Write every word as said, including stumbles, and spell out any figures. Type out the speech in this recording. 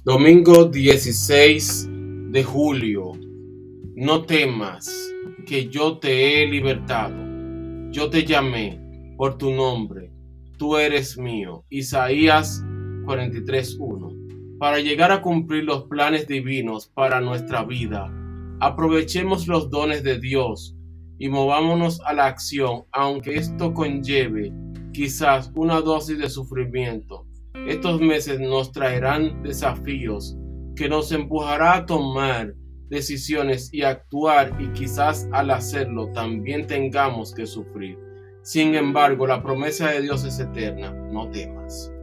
Domingo dieciséis de julio. No temas, que yo te he libertado. Yo te llamé por tu nombre. Tú eres mío. Isaías cuarenta y tres uno. Para llegar a cumplir los planes divinos para nuestra vida, aprovechemos los dones de Dios y movámonos a la acción, aunque esto conlleve quizás una dosis de sufrimiento. Estos meses nos traerán desafíos que nos empujará a tomar decisiones y actuar, y quizás al hacerlo también tengamos que sufrir. Sin embargo, la promesa de Dios es eterna. No temas.